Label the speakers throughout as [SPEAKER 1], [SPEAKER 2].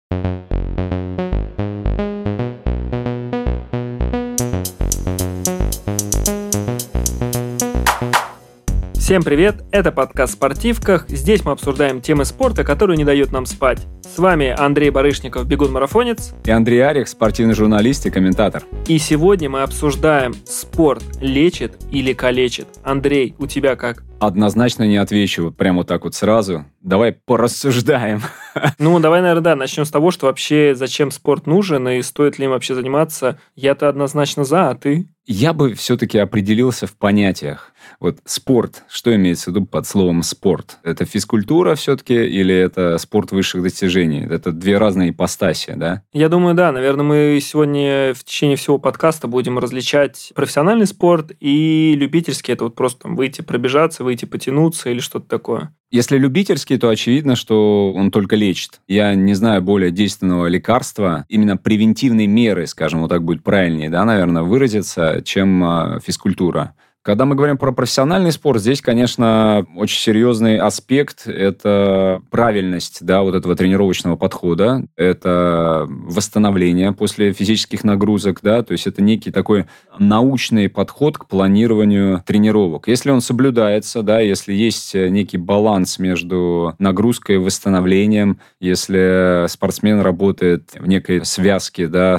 [SPEAKER 1] Всем привет, это подкаст «Спортивках». Здесь мы обсуждаем темы спорта, которые не дают нам спать. С вами Андрей Барышников, бегун-марафонец.
[SPEAKER 2] И Андрей Арих, спортивный журналист и комментатор.
[SPEAKER 1] И сегодня мы обсуждаем, спорт лечит или калечит. Андрей, у тебя как?
[SPEAKER 2] Однозначно не отвечу прямо вот так вот сразу. Давай порассуждаем.
[SPEAKER 1] Давай, наверное, начнем с того, что вообще зачем спорт нужен и стоит ли им вообще заниматься. Я-то однозначно за, а ты?
[SPEAKER 2] Я бы все-таки определился в понятиях. Вот спорт, что имеется в виду под словом спорт? Это физкультура все-таки или это спорт высших достижений? Это две разные ипостаси, да?
[SPEAKER 1] Я думаю, да. Наверное, мы сегодня в течение всего подкаста будем различать профессиональный спорт и любительский. Это вот просто выйти пробежаться, выйти потянуться или что-то такое.
[SPEAKER 2] Если любительский, то очевидно, что он только лечит. Я не знаю более действенного лекарства, именно превентивной меры, скажем, вот так будет правильнее, да, наверное, выразиться, чем физкультура. Когда мы говорим про профессиональный спорт, здесь, конечно, очень серьезный аспект – это правильность, да, вот этого тренировочного подхода, это восстановление после физических нагрузок, да, то есть это некий такой научный подход к планированию тренировок. Если он соблюдается, да, если есть некий баланс между нагрузкой и восстановлением, если спортсмен работает в некой связке, да,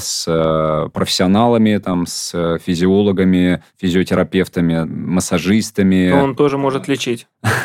[SPEAKER 2] с профессионалами, там, с физиологами, физиотерапевтами, массажистами.
[SPEAKER 1] Но он тоже может лечить.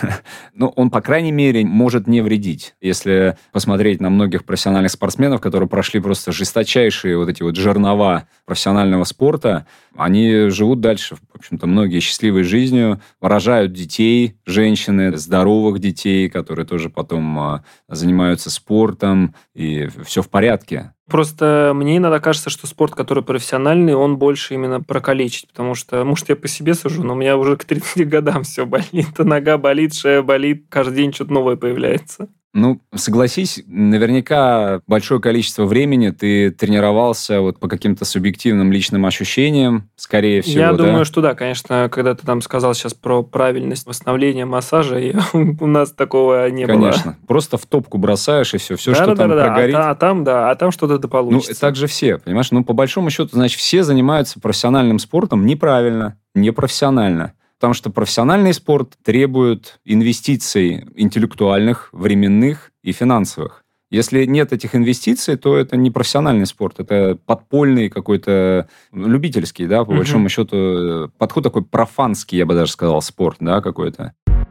[SPEAKER 2] Ну, он, по крайней мере, может не вредить. Если посмотреть на многих профессиональных спортсменов, которые прошли просто жесточайшие вот эти вот жернова профессионального спорта, они живут дальше, в общем-то, многие счастливой жизнью, рожают детей, женщины, здоровых детей, которые тоже потом занимаются спортом, и все в порядке.
[SPEAKER 1] Просто мне иногда кажется, что спорт, который профессиональный, он больше именно про калечить, потому что, может, я по себе сужу, но у меня уже к 30 годам все болит, нога болит, шея болит, каждый день что-то новое появляется.
[SPEAKER 2] Ну, согласись, наверняка большое количество времени ты тренировался вот по каким-то субъективным личным ощущениям, скорее всего,
[SPEAKER 1] Я
[SPEAKER 2] да?
[SPEAKER 1] думаю, что да, конечно, когда ты там сказал сейчас про правильность восстановления массажа, у нас такого не было.
[SPEAKER 2] Конечно, просто в топку бросаешь и все, что там прогорит.
[SPEAKER 1] А там что-то да получится.
[SPEAKER 2] Ну, так же все, понимаешь? Ну, по большому счету, значит, все занимаются профессиональным спортом неправильно, непрофессионально. Потому что профессиональный спорт требует инвестиций интеллектуальных, временных и финансовых. Если нет этих инвестиций, то это не профессиональный спорт, это подпольный какой-то, любительский, да, по большому счету, подход такой профанский, я бы даже сказал, спорт, да, какой-то.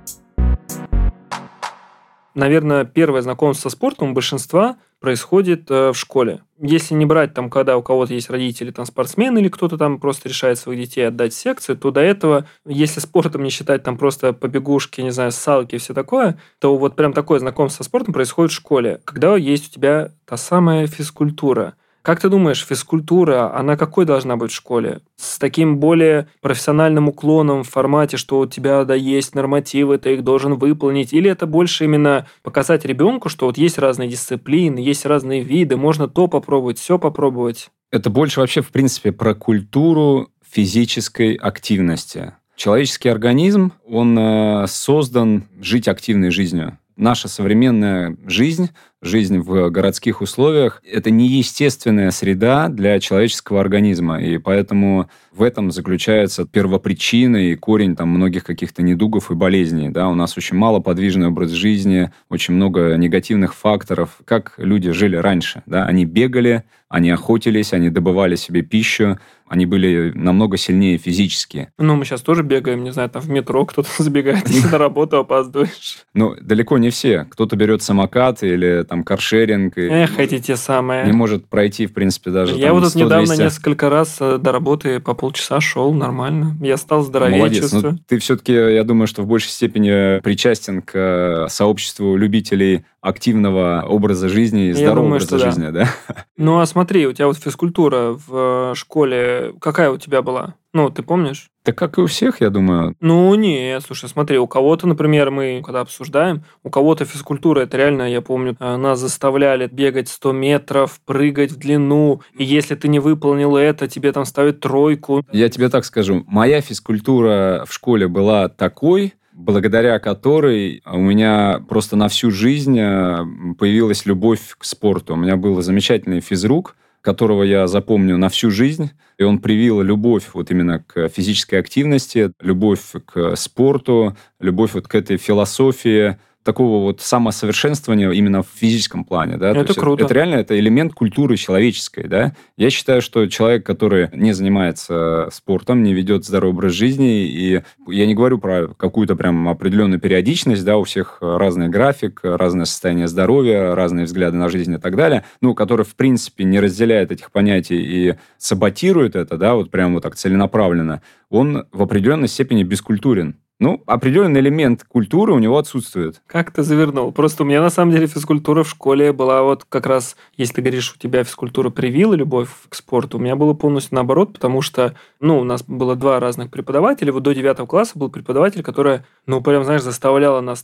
[SPEAKER 1] Наверное, первое знакомство со спортом у большинства происходит в школе. Если не брать там, когда у кого-то есть родители, там спортсмены или кто-то там просто решает своих детей отдать в секцию, то до этого, если спортом не считать там просто побегушки, не знаю, ссалки и все такое, то вот прям такое знакомство со спортом происходит в школе, когда есть у тебя та самая физкультура. Как ты думаешь, физкультура, она какой должна быть в школе? С таким более профессиональным уклоном в формате, что у тебя, да, есть нормативы, ты их должен выполнить? Или это больше именно показать ребенку, что вот есть разные дисциплины, есть разные виды, можно то попробовать, все попробовать?
[SPEAKER 2] Это больше вообще, в принципе, про культуру физической активности. Человеческий организм, он создан жить активной жизнью. Наша современная жизнь в городских условиях – это неестественная среда для человеческого организма. И поэтому в этом заключается первопричина и корень там многих каких-то недугов и болезней. Да? У нас очень малоподвижный образ жизни, очень много негативных факторов. Как люди жили раньше? Да? Они бегали, они охотились, они добывали себе пищу, они были намного сильнее физически.
[SPEAKER 1] Ну, мы сейчас тоже бегаем, не знаю, там в метро кто-то забегает, если на работу опаздываешь.
[SPEAKER 2] Ну, далеко не все. Кто-то берет самокат или там каршеринг.
[SPEAKER 1] Эх, эти те самые.
[SPEAKER 2] Не может пройти, в принципе, даже
[SPEAKER 1] Я
[SPEAKER 2] там,
[SPEAKER 1] вот тут
[SPEAKER 2] 100-200.
[SPEAKER 1] недавно несколько раз до работы по полчаса шел, нормально. Я стал здоровее,
[SPEAKER 2] Молодец.
[SPEAKER 1] чувствую.
[SPEAKER 2] Ну, ты все-таки, я думаю, что в большей степени причастен к сообществу любителей активного образа жизни и здорового образа жизни, да?
[SPEAKER 1] Ну, а смотри, у тебя вот физкультура в школе какая у тебя была? Ну, ты помнишь?
[SPEAKER 2] Так как и у всех, я думаю.
[SPEAKER 1] Ну, нет, слушай, смотри, у кого-то, например, мы, когда обсуждаем, у кого-то физкультура, это реально, я помню, нас заставляли бегать 100 метров, прыгать в длину, и если ты не выполнил это, тебе там ставят тройку.
[SPEAKER 2] Я тебе так скажу, моя физкультура в школе была такой, благодаря которой у меня просто на всю жизнь появилась любовь к спорту. У меня был замечательный физрук, которого я запомню на всю жизнь, и он привил любовь вот именно к физической активности, любовь к спорту, любовь вот к этой философии, такого вот самосовершенствования именно в физическом плане. Да?
[SPEAKER 1] Это круто.
[SPEAKER 2] Это реально это элемент культуры человеческой. Да? Я считаю, что человек, который не занимается спортом, не ведет здоровый образ жизни, и я не говорю про какую-то прям определенную периодичность, да, у всех разный график, разное состояние здоровья, разные взгляды на жизнь и так далее, который, в принципе, не разделяет этих понятий и саботирует это, да, вот прям вот так целенаправленно, он в определенной степени бескультурен. Определенный элемент культуры у него отсутствует.
[SPEAKER 1] Как ты завернул? Просто у меня, на самом деле, физкультура в школе была вот как раз, если ты говоришь, у тебя физкультура привила любовь к спорту, у меня было полностью наоборот, потому что, у нас было 2 разных преподавателя. Вот до 9 класса был преподаватель, который, прям, знаешь, заставляла нас,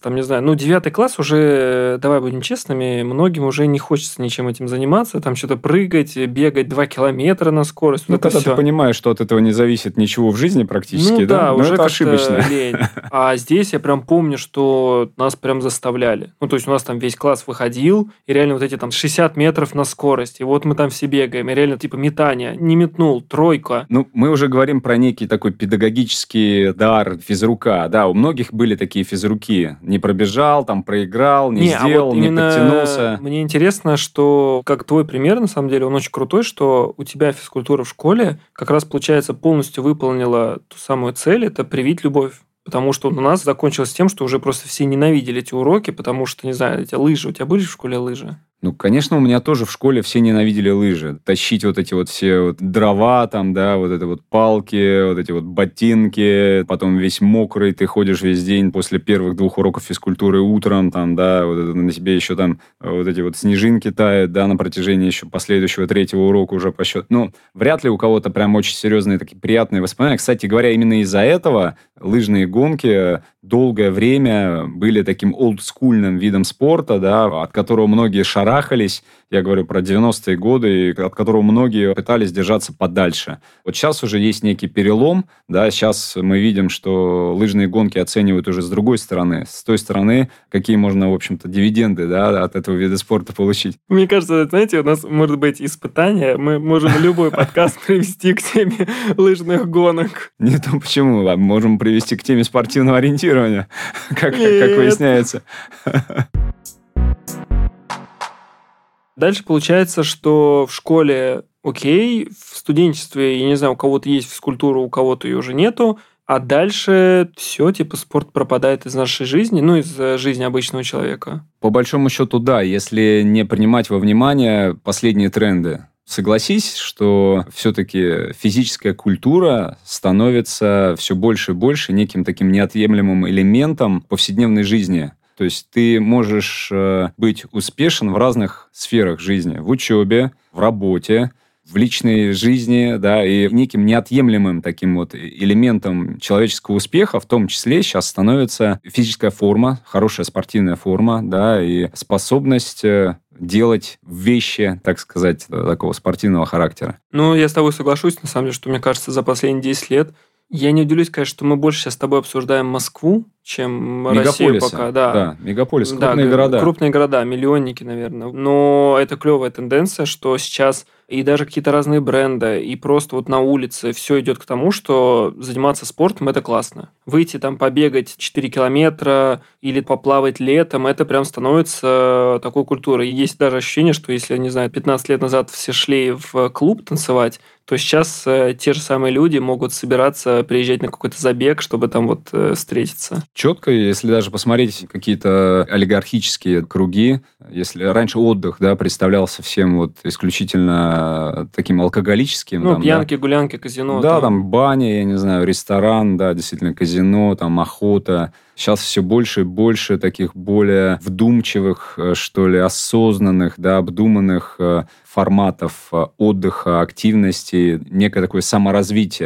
[SPEAKER 1] 9 класс уже, давай будем честными, многим уже не хочется ничем этим заниматься, там что-то прыгать, бегать 2 километра на скорость.
[SPEAKER 2] Когда ты понимаешь, что от этого не зависит ничего в жизни практически, да?
[SPEAKER 1] Уже
[SPEAKER 2] это ошибочно.
[SPEAKER 1] Лень. А здесь я прям помню, что нас прям заставляли. То есть у нас там весь класс выходил, и реально вот эти 60 метров на скорость, и вот мы там все бегаем, и реально метание, не метнул, 3.
[SPEAKER 2] Мы уже говорим про некий такой педагогический дар физрука. Да, у многих были такие физруки. Не пробежал, проиграл, не сделал, не подтянулся.
[SPEAKER 1] Мне интересно, что, как твой пример, на самом деле, он очень крутой, что у тебя физкультура в школе как раз, получается, полностью выполнила ту самую цель, это привить любовь. Потому что у нас закончилось тем, что уже просто все ненавидели эти уроки, потому что, не знаю, эти лыжи. У тебя были в школе лыжи?
[SPEAKER 2] Конечно, у меня тоже в школе все ненавидели лыжи. Тащить вот эти вот все дрова вот это вот палки, вот эти вот ботинки, потом весь мокрый, ты ходишь весь день после первых 2 уроков физкультуры утром, вот это, на тебе еще вот эти вот снежинки тают, на протяжении еще последующего 3-го урока уже по счету. Вряд ли у кого-то прям очень серьезные такие приятные воспоминания. Кстати говоря, именно из-за этого лыжные гонки долгое время были таким олдскульным видом спорта, от которого многие шарахались. Я говорю про 90-е годы, от которого многие пытались держаться подальше. Вот сейчас уже есть некий перелом. Сейчас мы видим, что лыжные гонки оценивают уже с другой стороны. С той стороны, какие можно, в общем-то, дивиденды от этого вида спорта получить.
[SPEAKER 1] Мне кажется, знаете, у нас может быть испытание. Мы можем любой подкаст привести к теме лыжных гонок.
[SPEAKER 2] Нет, почему? Можем привести к теме спортивного ориентирования, как выясняется.
[SPEAKER 1] Дальше получается, что в школе окей, в студенчестве, я не знаю, у кого-то есть физкультура, у кого-то ее уже нету, а дальше все, спорт пропадает из нашей жизни, из жизни обычного человека.
[SPEAKER 2] По большому счету, да, если не принимать во внимание последние тренды. Согласись, что все-таки физическая культура становится все больше и больше неким таким неотъемлемым элементом повседневной жизни. То есть ты можешь быть успешен в разных сферах жизни. В учебе, в работе, в личной жизни, и неким неотъемлемым таким вот элементом человеческого успеха в том числе сейчас становится физическая форма, хорошая спортивная форма, и способность делать вещи, так сказать, такого спортивного характера.
[SPEAKER 1] Я с тобой соглашусь, на самом деле, что, мне кажется, за последние 10 лет я не удивлюсь, конечно, что мы больше сейчас с тобой обсуждаем Москву, чем Россию пока.
[SPEAKER 2] Да, мегаполисы, крупные города.
[SPEAKER 1] Крупные города, миллионники, наверное. Но это клевая тенденция, что сейчас и даже какие-то разные бренды, и просто вот на улице все идет к тому, что заниматься спортом – это классно. Выйти побегать 4 километра или поплавать летом – это прям становится такой культурой. И есть даже ощущение, что если, не знаю, 15 лет назад все шли в клуб танцевать, то сейчас те же самые люди могут собираться, приезжать на какой-то забег, чтобы там встретиться.
[SPEAKER 2] Четко, если даже посмотреть какие-то олигархические круги, если раньше отдых представлялся всем исключительно таким алкоголическим.
[SPEAKER 1] Пьянки, гулянки, казино.
[SPEAKER 2] Баня, я не знаю, ресторан, действительно, казино, охота. Сейчас все больше и больше таких более вдумчивых, что ли, осознанных, обдуманных форматов отдыха, активности, некое такое саморазвитие.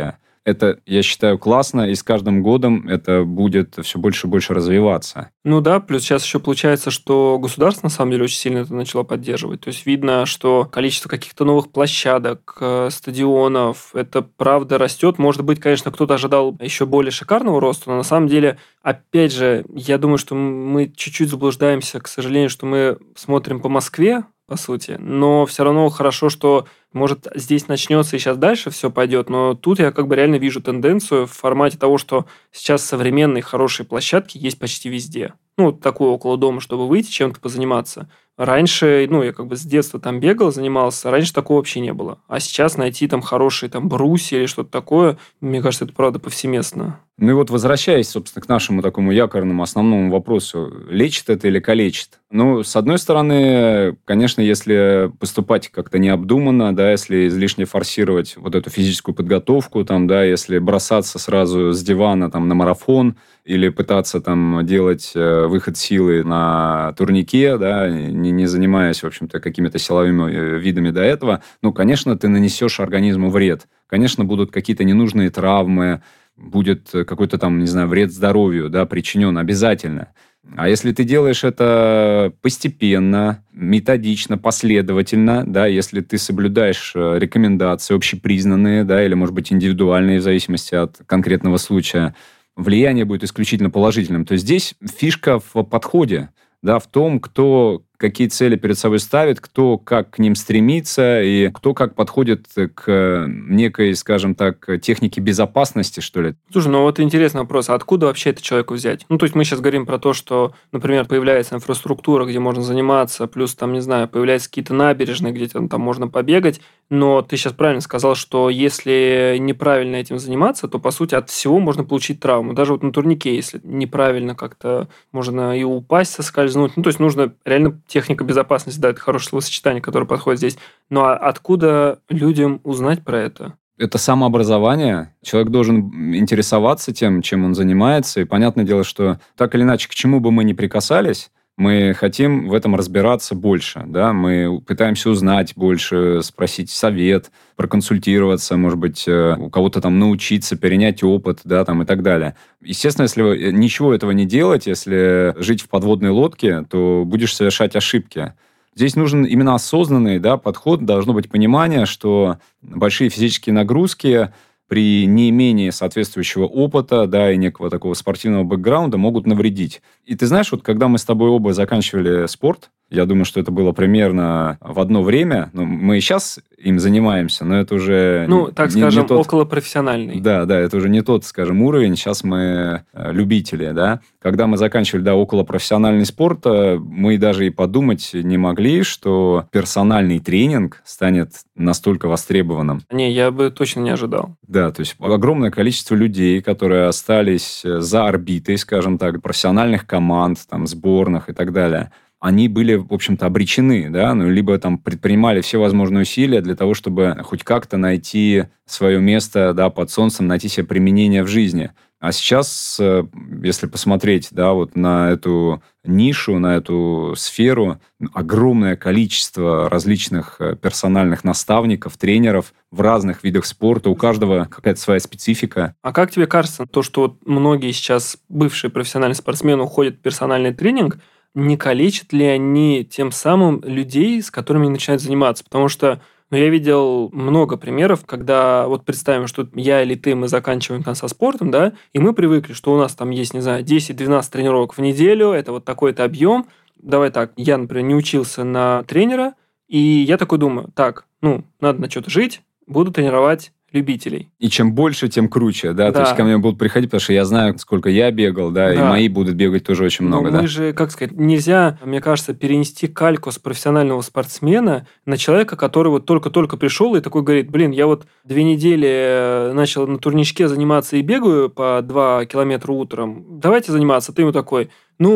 [SPEAKER 2] Это, я считаю, классно, и с каждым годом это будет все больше и больше развиваться.
[SPEAKER 1] Ну да, плюс сейчас еще получается, что государство на самом деле очень сильно это начало поддерживать. То есть видно, что количество каких-то новых площадок, стадионов, это правда растет. Может быть, конечно, кто-то ожидал еще более шикарного роста, но на самом деле, опять же, я думаю, что мы чуть-чуть заблуждаемся, к сожалению, что мы смотрим по Москве, по сути, но все равно хорошо, что, может, здесь начнется и сейчас дальше все пойдет, но тут я как бы реально вижу тенденцию в формате того, что сейчас современные хорошие площадки есть почти везде. Ну, вот такое около дома, чтобы выйти, чем-то позаниматься. Раньше, ну, я как бы с детства там бегал, занимался, раньше такого вообще не было. А сейчас найти там хорошие там брусья или что-то такое, мне кажется, это правда повсеместно.
[SPEAKER 2] Ну и вот возвращаясь, собственно, к нашему такому якорному основному вопросу, лечит это или калечит? Ну, с одной стороны, конечно, если поступать как-то необдуманно, да, если излишне форсировать вот эту физическую подготовку, там, да, если бросаться сразу с дивана там, на марафон или пытаться там делать выход силы на турнике, да, не занимаясь, в общем-то, какими-то силовыми видами до этого, ну, конечно, ты нанесешь организму вред. Конечно, будут какие-то ненужные травмы, будет какой-то там, не знаю, вред здоровью, да, причинен обязательно. А если ты делаешь это постепенно, методично, последовательно, да, если ты соблюдаешь рекомендации общепризнанные, да, или, может быть, индивидуальные в зависимости от конкретного случая, влияние будет исключительно положительным. То есть здесь фишка в подходе, да, в том, кто какие цели перед собой ставит, кто как к ним стремится и кто как подходит к некой, скажем так, технике безопасности, что ли.
[SPEAKER 1] Слушай, ну вот интересный вопрос, а откуда вообще это человеку взять? Ну, то есть мы сейчас говорим про то, что, например, появляется инфраструктура, где можно заниматься, плюс там, не знаю, появляются какие-то набережные, где там можно побегать, но ты сейчас правильно сказал, что если неправильно этим заниматься, то, по сути, от всего можно получить травму. Даже вот на турнике, если неправильно как-то можно и упасть, соскользнуть. Ну, то есть нужно реально техника безопасности, да, это хорошее словосочетание, которое подходит здесь. Ну, а откуда людям узнать про это?
[SPEAKER 2] Это самообразование. Человек должен интересоваться тем, чем он занимается. И понятное дело, что так или иначе, к чему бы мы ни прикасались, мы хотим в этом разбираться больше. Да? Мы пытаемся узнать больше, спросить совет, проконсультироваться, может быть, у кого-то там научиться, перенять опыт, да, там, и так далее. Естественно, если ничего этого не делать, если жить в подводной лодке, то будешь совершать ошибки. Здесь нужен именно осознанный, да, подход, должно быть понимание, что большие физические нагрузки при неимении соответствующего опыта, да, и некого такого спортивного бэкграунда могут навредить. И ты знаешь, вот когда мы с тобой оба заканчивали спорт, я думаю, что это было примерно в одно время. Ну, мы и сейчас им занимаемся, но это уже...
[SPEAKER 1] Ну, так скажем,
[SPEAKER 2] не тот...
[SPEAKER 1] околопрофессиональный.
[SPEAKER 2] Да, это уже не тот, скажем, уровень. Сейчас мы любители, да. Когда мы заканчивали, да, околопрофессиональный спорт, мы даже и подумать не могли, что персональный тренинг станет настолько востребованным.
[SPEAKER 1] Не, я бы точно не ожидал.
[SPEAKER 2] Да, то есть огромное количество людей, которые остались за орбитой, скажем так, профессиональных команд, там, сборных и так далее, они были, в общем-то, обречены, да, ну, либо там предпринимали все возможные усилия для того, чтобы хоть как-то найти свое место, да, под солнцем, найти себе применение в жизни. А сейчас, если посмотреть, да, вот на эту нишу, на эту сферу, огромное количество различных персональных наставников, тренеров в разных видах спорта, у каждого какая-то своя специфика.
[SPEAKER 1] А как тебе кажется, то, что вот многие сейчас бывшие профессиональные спортсмены уходят в персональный тренинг, не калечат ли они тем самым людей, с которыми они начинают заниматься? Потому что я видел много примеров, когда вот представим, что я или ты, мы заканчиваем там со спортом, да, и мы привыкли, что у нас там есть, не знаю, 10-12 тренировок в неделю, это вот такой-то объем. Давай так, я, например, не учился на тренера, и я такой думаю, так, ну, надо на что-то жить, буду тренировать любителей.
[SPEAKER 2] И чем больше, тем круче, да? То есть ко мне будут приходить, потому что я знаю, сколько я бегал, да, и мои будут бегать тоже очень много, да?
[SPEAKER 1] Мы же, как сказать, нельзя, мне кажется, перенести кальку с профессионального спортсмена на человека, который вот только-только пришел и такой говорит, блин, я вот 2 недели начал на турничке заниматься и бегаю по 2 километра утром, давайте заниматься. Ты ему такой,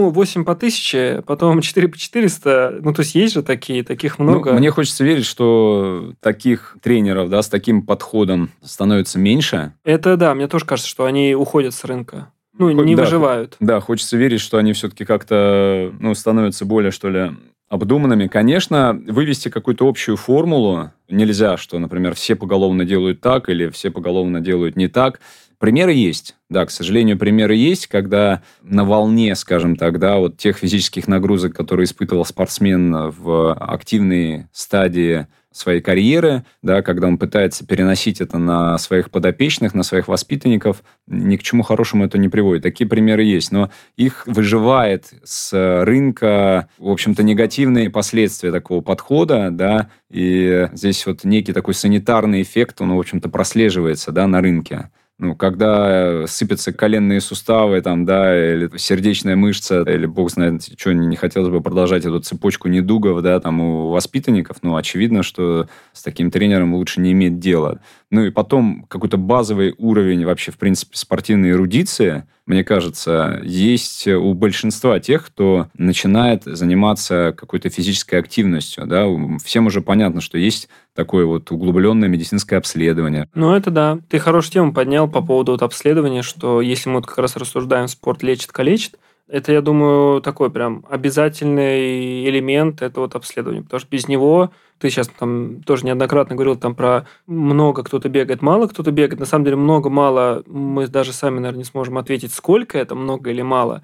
[SPEAKER 1] 8 по 1000, потом 4 по 400. Ну, то есть есть же таких много.
[SPEAKER 2] Мне хочется верить, что таких тренеров, да, с таким подходом становится меньше.
[SPEAKER 1] Это да, мне тоже кажется, что они уходят с рынка. Не выживают.
[SPEAKER 2] Да, хочется верить, что они все-таки как-то, становятся более, что ли, Обдуманными, конечно, вывести какую-то общую формулу нельзя, что, например, все поголовно делают так или все поголовно делают не так. Примеры есть. Да, к сожалению, примеры есть, когда на волне, скажем так, да, вот тех физических нагрузок, которые испытывал спортсмен в активной стадии своей карьеры, да, когда он пытается переносить это на своих подопечных, на своих воспитанников, ни к чему хорошему это не приводит. Такие примеры есть, но их выживает с рынка, в общем-то, негативные последствия такого подхода, да, и здесь вот некий такой санитарный эффект, он, в общем-то, прослеживается, да, на рынке. Ну, когда сыпятся коленные суставы, там, да, или сердечная мышца, или, бог знает, что не хотелось бы продолжать эту цепочку недугов, да, там, у воспитанников, ну, очевидно, что с таким тренером лучше не иметь дела. Ну, и потом какой-то базовый уровень вообще, в принципе, спортивной эрудиции, мне кажется, есть у большинства тех, кто начинает заниматься какой-то физической активностью, да. Всем уже понятно, что есть такое вот углубленное медицинское обследование.
[SPEAKER 1] Ну, это да. Ты хорошую тему поднял по поводу вот обследования, что если мы вот как раз рассуждаем, спорт лечит, калечит, это, я думаю, такой прям обязательный элемент этого вот обследования, потому что без него, ты сейчас там тоже неоднократно говорил там про много кто-то бегает, мало кто-то бегает, на самом деле много-мало, мы даже сами, наверное, не сможем ответить, сколько это, много или мало,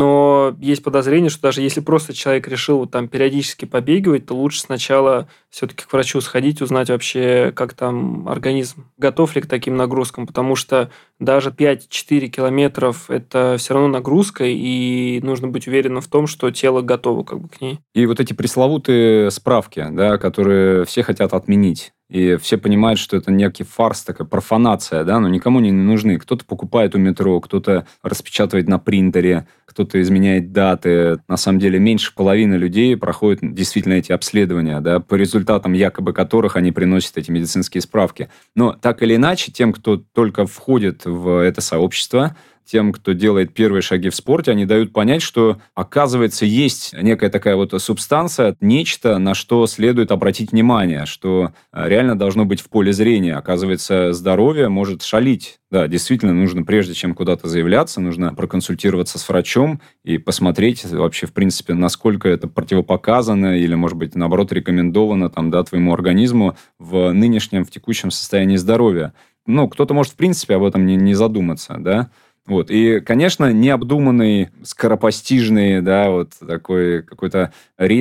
[SPEAKER 1] но есть подозрение, что даже если просто человек решил вот там периодически побегивать, то лучше сначала все-таки к врачу сходить, узнать вообще, как там организм, готов ли к таким нагрузкам, потому что даже 5-4 километров – это все равно нагрузка, и нужно быть уверенным в том, что тело готово как бы к ней.
[SPEAKER 2] И вот эти пресловутые справки, да, которые все хотят отменить. И все понимают, что это некий фарс, такая профанация, да, но никому не нужны. Кто-то покупает у метро, кто-то распечатывает на принтере, кто-то изменяет даты. На самом деле меньше половины людей проходят действительно эти обследования, да, по результатам якобы которых они приносят эти медицинские справки. Но так или иначе, тем, кто только входит в это сообщество, тем, кто делает первые шаги в спорте, они дают понять, что, оказывается, есть некая такая вот субстанция, нечто, на что следует обратить внимание, что реально должно быть в поле зрения. Оказывается, здоровье может шалить. Да, действительно, нужно, прежде чем куда-то заявляться, нужно проконсультироваться с врачом и посмотреть вообще, в принципе, насколько это противопоказано или, может быть, наоборот, рекомендовано там, да, твоему организму в нынешнем, в текущем состоянии здоровья. Ну, кто-то может, в принципе, об этом не задуматься, да. Вот. И, конечно, необдуманный, скоропостижный, да, вот такой какой-то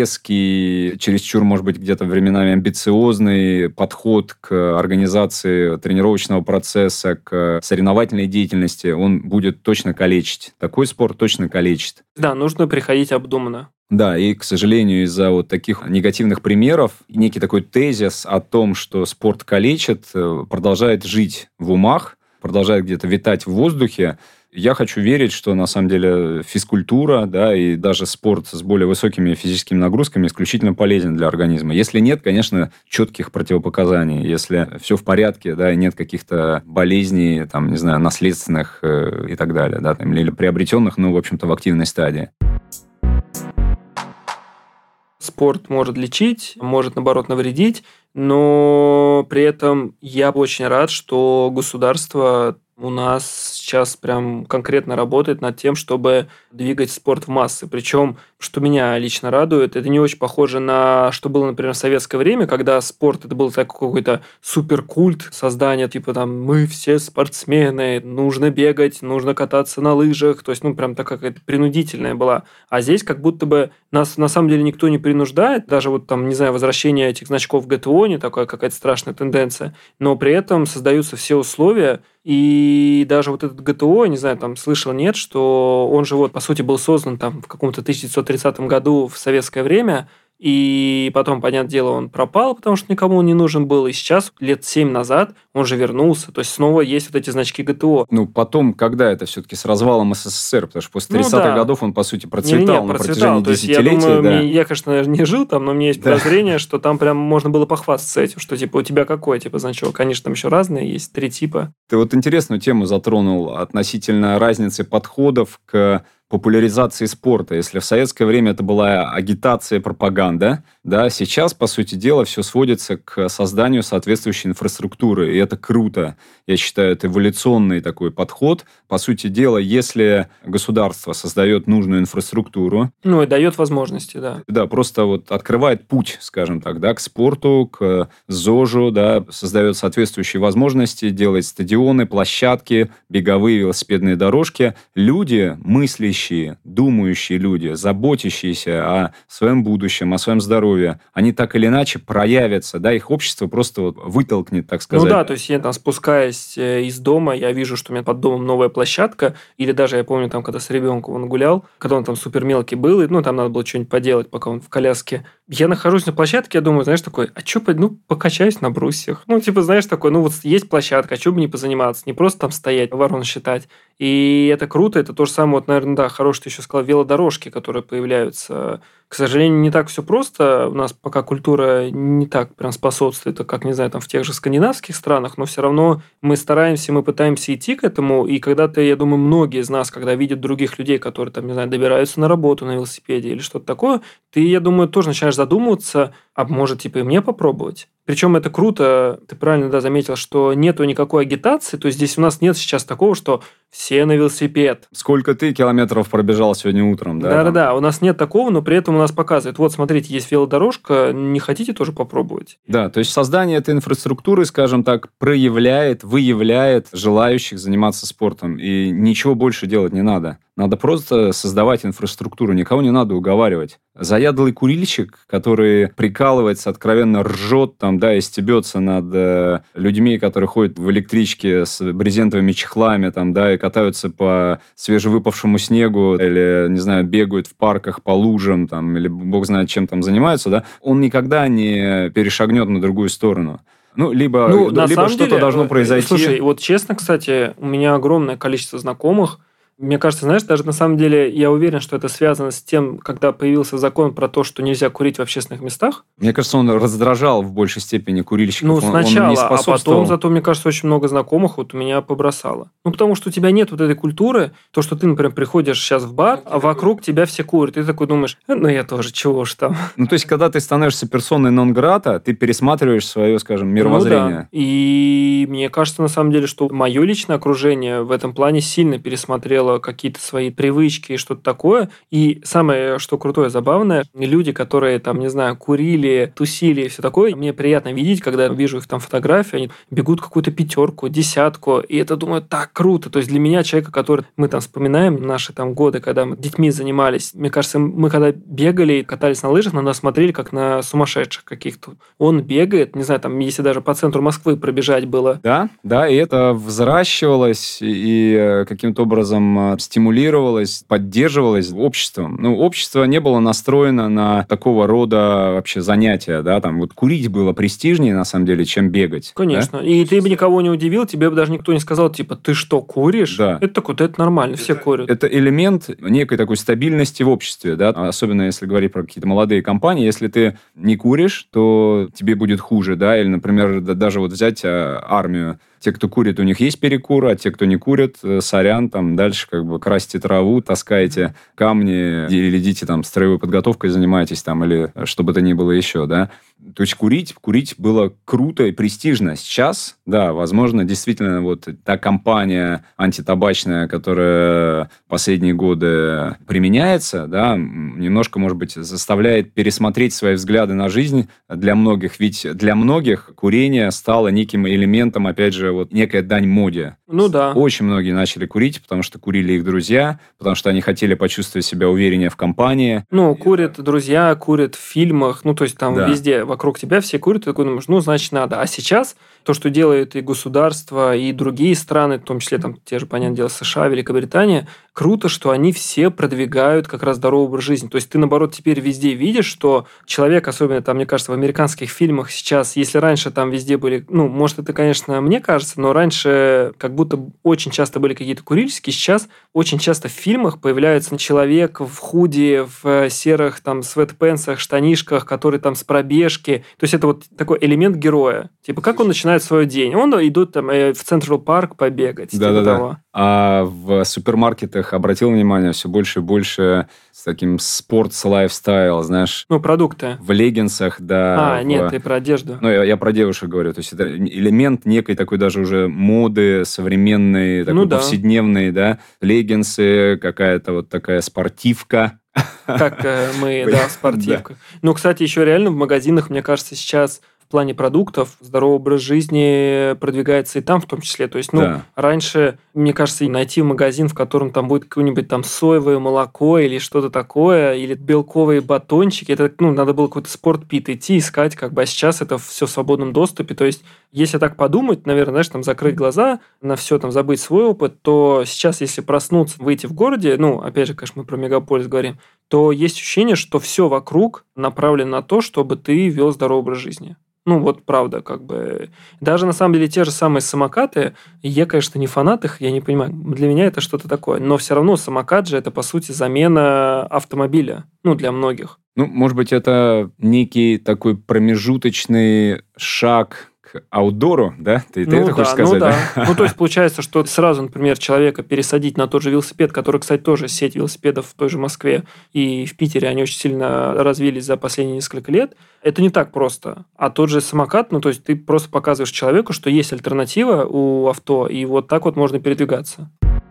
[SPEAKER 2] резкий, чересчур, может быть, где-то временами амбициозный подход к организации тренировочного процесса, к соревновательной деятельности, он будет точно калечить. Такой спорт точно калечит.
[SPEAKER 1] Да, нужно приходить обдуманно.
[SPEAKER 2] Да, и, к сожалению, из-за вот таких негативных примеров некий такой тезис о том, что спорт калечит, продолжает жить в умах, продолжает где-то витать в воздухе. Я хочу верить, что на самом деле физкультура, да, и даже спорт с более высокими физическими нагрузками исключительно полезен для организма. Если нет, конечно, четких противопоказаний, если все в порядке, да, и нет каких-то болезней, там, не знаю, наследственных и так далее, да, там, или приобретенных, но, в общем-то, в активной стадии.
[SPEAKER 1] Спорт может лечить, может, наоборот, навредить, но при этом я бы очень рад, что государство у нас сейчас прям конкретно работает над тем, чтобы двигать спорт в массы. Причем, что меня лично радует, это не очень похоже на что было, например, в советское время, когда спорт это был такой какой-то суперкульт создания, типа там мы все спортсмены, нужно бегать, нужно кататься на лыжах, то есть, ну, прям такая какая-то принудительная была. А здесь как будто бы нас на самом деле никто не принуждает, даже вот там, не знаю, возвращение этих значков ГТО, не такая какая-то страшная тенденция, но при этом создаются все условия, и даже вот этот ГТО, не знаю, там слышал, нет, что он же вот, по сути, был создан там в каком-то 1930 году в советское время, и потом, понятное дело, он пропал, потому что никому он не нужен был, и сейчас, лет 7 назад, он же вернулся, то есть снова есть вот эти значки ГТО.
[SPEAKER 2] Ну, потом, когда это все-таки с развалом СССР, потому что после 30-х годов он, по сути, процветал на протяжении десятилетий.
[SPEAKER 1] Я думаю, я, конечно, не жил там, но у меня есть подозрение, что там прям можно было похвастаться этим, что, типа, у тебя какой, типа, значок? Конечно, там еще разные есть, 3 типа.
[SPEAKER 2] Ты вот интересную тему затронул относительно разницы подходов к популяризации спорта. Если в советское время это была агитация, пропаганда, да, сейчас, по сути дела, все сводится к созданию соответствующей инфраструктуры, и это круто. Я считаю, это эволюционный такой подход. По сути дела, если государство создает нужную инфраструктуру...
[SPEAKER 1] Ну, и дает возможности, да.
[SPEAKER 2] Да, просто вот открывает путь, скажем так, да, к спорту, к ЗОЖу, да, создает соответствующие возможности, делает стадионы, площадки, беговые, велосипедные дорожки. Люди, мыслящие, думающие люди, заботящиеся о своем будущем, о своем здоровье, они так или иначе проявятся, да, их общество просто вот вытолкнет, так сказать.
[SPEAKER 1] Ну да, то есть я там спускаясь из дома, я вижу, что у меня под домом новая площадка, или даже я помню, там, когда с ребенком он гулял, когда он там супер мелкий был, и, ну, там надо было что-нибудь поделать, пока он в коляске. Я нахожусь на площадке, я думаю, знаешь, такой, а что, ну, покачаюсь на брусьях. Ну, типа, знаешь, такой, ну, вот есть площадка, а что бы не позаниматься, не просто там стоять, ворон считать. И это круто, это то же самое, вот, наверное, да, хороший ты еще сказал, велодорожки, которые появляются. К сожалению, не так все просто. У нас пока культура не так прям способствует, как, не знаю, там в тех же скандинавских странах, но все равно мы стараемся, мы пытаемся идти к этому, и когда-то, я думаю, многие из нас, когда видят других людей, которые, там, не знаю, добираются на работу на велосипеде или что-то такое, ты, я думаю, тоже начинаешь задумываться, а может, типа, и мне попробовать? Причем это круто, ты правильно, да, заметил, что нету никакой агитации, то есть здесь у нас нет сейчас такого, что все на велосипед.
[SPEAKER 2] Сколько ты километров пробежал сегодня утром, да?
[SPEAKER 1] Да-да-да, у нас нет такого, но при этом у нас показывают, вот, смотрите, есть велодорожка, не хотите тоже попробовать?
[SPEAKER 2] Да, то есть создание этой инфраструктуры, скажем так, проявляет, выявляет желающих заниматься спортом, и ничего больше делать не надо. Надо просто создавать инфраструктуру, никого не надо уговаривать. Заядлый курильщик, который прикалывается, откровенно ржет, там, да, и стебется над людьми, которые ходят в электричке с брезентовыми чехлами, там, да, и катаются по свежевыпавшему снегу или, не знаю, бегают в парках по лужам, там, или бог знает, чем там занимаются, да, он никогда не перешагнет на другую сторону. Ну, либо что-то должно произойти.
[SPEAKER 1] Слушай, вот честно, кстати, у меня огромное количество знакомых. Мне кажется, знаешь, даже на самом деле я уверен, что это связано с тем, когда появился закон про то, что нельзя курить в общественных местах.
[SPEAKER 2] Мне кажется, он раздражал в большей степени курильщиков.
[SPEAKER 1] Ну, сначала,
[SPEAKER 2] он не способствовал.
[SPEAKER 1] А потом, зато, мне кажется, очень много знакомых вот у меня побросало. Ну, потому что у тебя нет вот этой культуры, то, что ты, например, приходишь сейчас в бар, а вокруг тебя все курят. Ты такой думаешь, ну, я тоже, чего уж там.
[SPEAKER 2] Ну, то есть, когда ты становишься персоной нон-грата, ты пересматриваешь свое, скажем, мировоззрение.
[SPEAKER 1] Ну, да. И мне кажется, на самом деле, что мое личное окружение в этом плане сильно пересмотрело какие-то свои привычки и что-то такое. И самое, что крутое, забавное, люди, которые, там, не знаю, курили, тусили и все такое, мне приятно видеть, когда я вижу их там фотографии, они бегут какую-то 5, 10, и это, думаю, так круто. То есть для меня, человека, который мы там вспоминаем наши там годы, когда мы детьми занимались, мне кажется, мы когда бегали и катались на лыжах, на нас смотрели как на сумасшедших каких-то. Он бегает, не знаю, там, если даже по центру Москвы пробежать было.
[SPEAKER 2] Да, и это взращивалось и каким-то образом стимулировалось, поддерживалось обществом. Ну, общество не было настроено на такого рода вообще занятия, да, там вот курить было престижнее, на самом деле, чем бегать.
[SPEAKER 1] Конечно.
[SPEAKER 2] Да?
[SPEAKER 1] И ты бы никого не удивил, тебе бы даже никто не сказал, типа, ты что, куришь?
[SPEAKER 2] Да.
[SPEAKER 1] Это такой, это нормально, все курят.
[SPEAKER 2] Это элемент некой такой стабильности в обществе, да, особенно если говорить про какие-то молодые компании. Если ты не куришь, то тебе будет хуже, да, или, например, даже вот взять армию. Те, кто курит, у них есть перекур, а те, кто не курит, сорян, там дальше как бы красьте траву, таскаете камни или идите там строевой подготовкой занимаетесь там или что бы то ни было еще, да. То есть курить было круто и престижно. Сейчас, да, возможно, действительно вот та кампания антитабачная, которая последние годы применяется, да, немножко, может быть, заставляет пересмотреть свои взгляды на жизнь для многих. Ведь для многих курение стало неким элементом, опять же, вот некая дань моде.
[SPEAKER 1] Ну да.
[SPEAKER 2] Очень многие начали курить, потому что курили их друзья, потому что они хотели почувствовать себя увереннее в компании.
[SPEAKER 1] Ну, курят друзья, курят в фильмах, ну, то есть там везде вокруг тебя все курят, ты такой думаешь, ну, значит, надо. А сейчас то, что делают и государства, и другие страны, в том числе там те же, понятное дело, США, Великобритания, круто, что они все продвигают как раз здоровый образ жизни. То есть ты, наоборот, теперь везде видишь, что человек, особенно там, мне кажется, в американских фильмах сейчас, если раньше там везде были, ну, может, это, конечно, мне кажется, но раньше как будто очень часто были какие-то курильщики, сейчас очень часто в фильмах появляется человек в худи, в серых там свэтпенсах, штанишках, который там с пробежкой, дорожки. То есть это вот такой элемент героя. Типа, как он начинает свой день? Он идет там в Централ Парк побегать. Типа того.
[SPEAKER 2] А в супермаркетах обратил внимание все больше и больше с таким спортс-лайфстайл, знаешь.
[SPEAKER 1] Ну, продукты.
[SPEAKER 2] В леггинсах, да.
[SPEAKER 1] Нет, ты про одежду.
[SPEAKER 2] Ну, я про девушек говорю. То есть это элемент некой такой даже уже моды современной, такой повседневной, да. Леггинсы, какая-то вот такая спортивка.
[SPEAKER 1] Как мы, спортивка. Ну, кстати, еще реально в магазинах, мне кажется, сейчас в плане продуктов здоровый образ жизни продвигается и там в том числе. То есть, раньше, мне кажется, найти магазин, в котором там будет какое-нибудь там соевое молоко или что-то такое, или белковые батончики, это, надо было какой-то спортпит идти, искать, а сейчас это все в свободном доступе. То есть, если так подумать, наверное, знаешь, там закрыть глаза, на все там забыть свой опыт, то сейчас, если проснуться, выйти в городе, опять же, конечно, мы про мегаполис говорим, то есть ощущение, что все вокруг направлено на то, чтобы ты вел здоровый образ жизни. Правда, Даже, на самом деле, те же самые самокаты, я, конечно, не фанат их, я не понимаю, для меня это что-то такое, но все равно самокат же это, по сути, замена автомобиля, для многих.
[SPEAKER 2] Может быть, это некий такой промежуточный шаг к аутдору, да? Ты это хочешь сказать?
[SPEAKER 1] Да. То есть, получается, что сразу, например, человека пересадить на тот же велосипед, который, кстати, тоже сеть велосипедов в той же Москве и в Питере, они очень сильно развились за последние несколько лет, это не так просто. А тот же самокат, то есть ты просто показываешь человеку, что есть альтернатива у авто, и вот так вот можно передвигаться.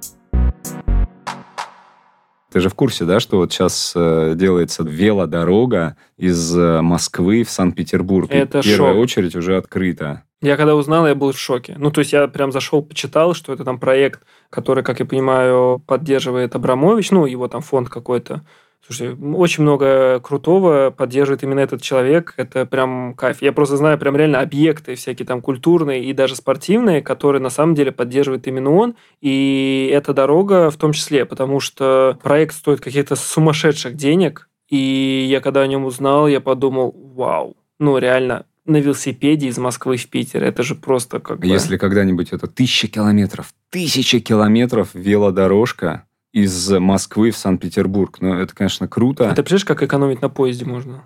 [SPEAKER 2] Ты же в курсе, да, что вот сейчас делается велодорога из Москвы в Санкт-Петербург.
[SPEAKER 1] Это
[SPEAKER 2] и первая очередь уже открыта.
[SPEAKER 1] Я когда узнал, я был в шоке. То есть я прям зашел, почитал, что это там проект, который, как я понимаю, поддерживает Абрамович, его там фонд какой-то. Слушай, очень много крутого поддерживает именно этот человек. Это прям кайф. Я просто знаю прям реально объекты всякие там культурные и даже спортивные, которые на самом деле поддерживает именно он. И эта дорога в том числе, потому что проект стоит каких-то сумасшедших денег. И я когда о нем узнал, я подумал, вау, реально, на велосипеде из Москвы в Питер. Это же просто
[SPEAKER 2] Если когда-нибудь это 1000 километров велодорожка из Москвы в Санкт-Петербург. Это, конечно, круто.
[SPEAKER 1] А ты представляешь, как экономить на поезде можно?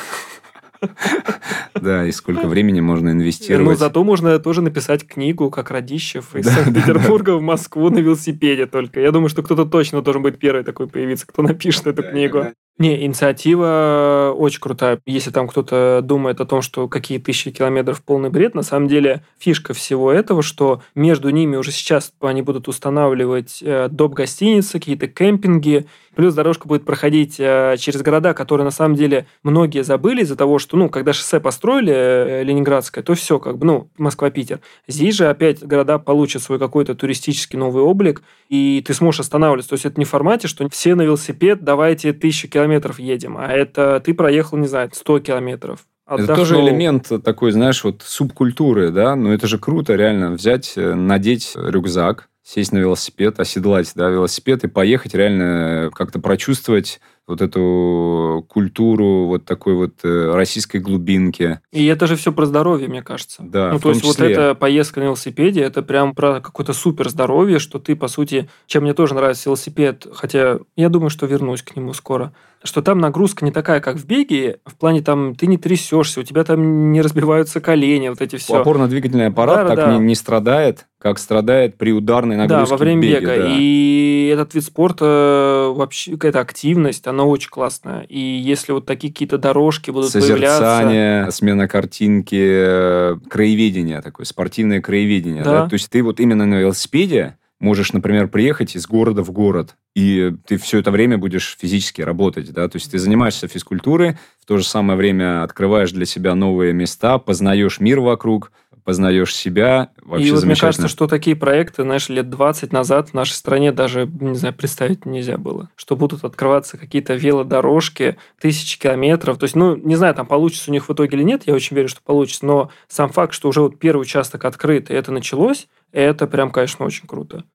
[SPEAKER 2] Да, и сколько времени можно инвестировать.
[SPEAKER 1] Зато можно тоже написать книгу, как Радищев из Санкт-Петербурга в Москву на велосипеде только. Я думаю, что кто-то точно должен быть первый такой появиться, кто напишет эту книгу. Не, инициатива очень крутая. Если там кто-то думает о том, что какие 1000 километров полный бред, на самом деле фишка всего этого, что между ними уже сейчас они будут устанавливать доп-гостиницы, какие-то кемпинги, плюс дорожка будет проходить через города, которые на самом деле многие забыли из-за того, что, когда шоссе построили ленинградское, то все, Москва-Питер. Здесь же опять города получат свой какой-то туристический новый облик, и ты сможешь останавливаться. То есть это не в формате, что все на велосипед, давайте 1000 километров едем, а это ты проехал, 100 километров.
[SPEAKER 2] Отдохнул. Это тоже элемент такой, знаешь, субкультуры, да? Это же круто, реально, взять, надеть рюкзак, сесть на велосипед, оседлать, велосипед и поехать реально как-то прочувствовать вот эту культуру вот такой вот российской глубинки.
[SPEAKER 1] И это же все про здоровье, мне кажется.
[SPEAKER 2] Да,
[SPEAKER 1] то есть вот эта поездка на велосипеде, это прям про какое-то супер здоровье, что ты, по сути, чем мне тоже нравится велосипед, хотя я думаю, что вернусь к нему скоро, что там нагрузка не такая, как в беге, в плане там ты не трясешься, у тебя там не разбиваются колени, вот эти все.
[SPEAKER 2] Опорно-двигательный аппарат не страдает, как страдает при ударной нагрузке
[SPEAKER 1] во время
[SPEAKER 2] в беге.
[SPEAKER 1] бега. Да. И этот вид спорта, вообще какая-то активность, она очень классная. И если вот такие какие-то дорожки будут появляться...
[SPEAKER 2] Созерцание, смена картинки, краеведение такое, спортивное краеведение. Да? То есть ты вот именно на велосипеде можешь, например, приехать из города в город, и ты все это время будешь физически работать, да, то есть ты занимаешься физкультурой, в то же самое время открываешь для себя новые места, познаешь мир вокруг, познаешь себя, вообще
[SPEAKER 1] и
[SPEAKER 2] замечательно.
[SPEAKER 1] Мне кажется, что такие проекты, лет 20 назад в нашей стране даже, представить нельзя было, что будут открываться какие-то велодорожки, 1000 километров, то есть, не знаю, там получится у них в итоге или нет, я очень верю, что получится, но сам факт, что уже вот первый участок открыт, и это началось, это прям, конечно, очень круто.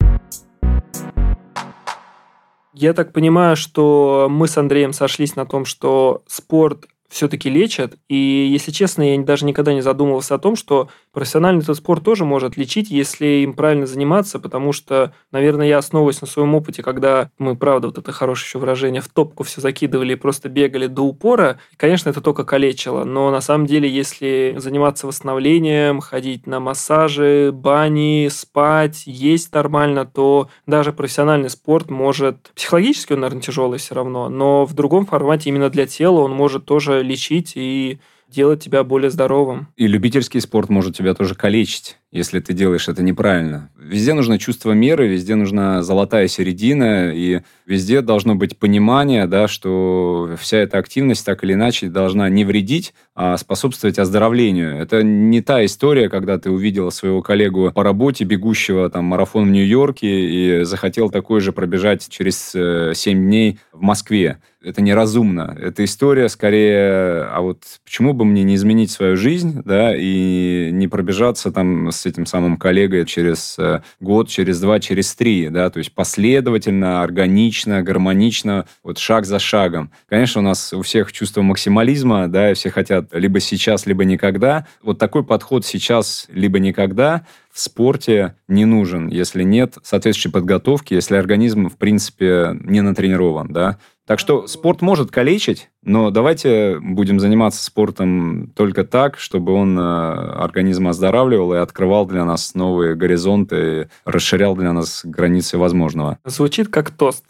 [SPEAKER 1] Я так понимаю, что мы с Андреем сошлись на том, что спорт все-таки лечат. И, если честно, я даже никогда не задумывался о том, что профессиональный этот спорт тоже может лечить, если им правильно заниматься, потому что, наверное, я основываюсь на своем опыте, когда мы, правда, вот это хорошее еще выражение, в топку все закидывали и просто бегали до упора. И, конечно, это только калечило. Но на самом деле, если заниматься восстановлением, ходить на массажи, бани, спать, есть нормально, то даже профессиональный спорт может... Психологически он, наверное, тяжелый все равно, но в другом формате именно для тела он может тоже лечить и делать тебя более здоровым.
[SPEAKER 2] И любительский спорт может тебя тоже калечить, если ты делаешь это неправильно. Везде нужно чувство меры, везде нужна золотая середина, и везде должно быть понимание, да, что вся эта активность так или иначе должна не вредить, а способствовать оздоровлению. Это не та история, когда ты увидел своего коллегу по работе, бегущего там марафон в Нью-Йорке, и захотел такой же пробежать через 7 дней в Москве. Это неразумно. Это история скорее, а вот почему бы мне не изменить свою жизнь, да, и не пробежаться там с этим самым коллегой через год, через 2, через 3, да, то есть последовательно, органично, гармонично, вот шаг за шагом. Конечно, у нас у всех чувство максимализма, да, и все хотят либо сейчас, либо никогда. Вот такой подход сейчас, либо никогда в спорте не нужен, если нет соответствующей подготовки, если организм, в принципе, не натренирован, да. Так что спорт может калечить, но давайте будем заниматься спортом только так, чтобы он организм оздоравливал и открывал для нас новые горизонты, расширял для нас границы возможного.
[SPEAKER 1] Звучит как тост.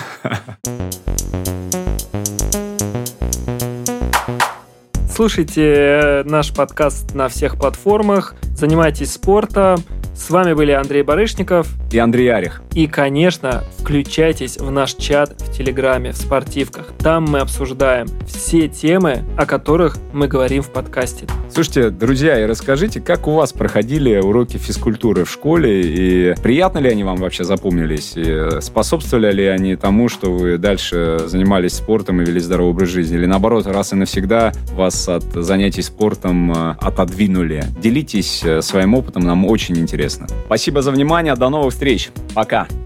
[SPEAKER 1] Слушайте наш подкаст на всех платформах, занимайтесь спортом. С вами были Андрей Барышников
[SPEAKER 2] и Андрей Арих.
[SPEAKER 1] И, конечно, включайтесь в наш чат в Телеграме, в спортивках. Там мы обсуждаем все темы, о которых мы говорим в подкасте.
[SPEAKER 2] Слушайте, друзья, и расскажите, как у вас проходили уроки физкультуры в школе, и приятно ли они вам вообще запомнились, и способствовали ли они тому, что вы дальше занимались спортом и вели здоровый образ жизни, или наоборот, раз и навсегда вас от занятий спортом отодвинули. Делитесь своим опытом, нам очень интересно. Спасибо за внимание, до новых встреч. Пока.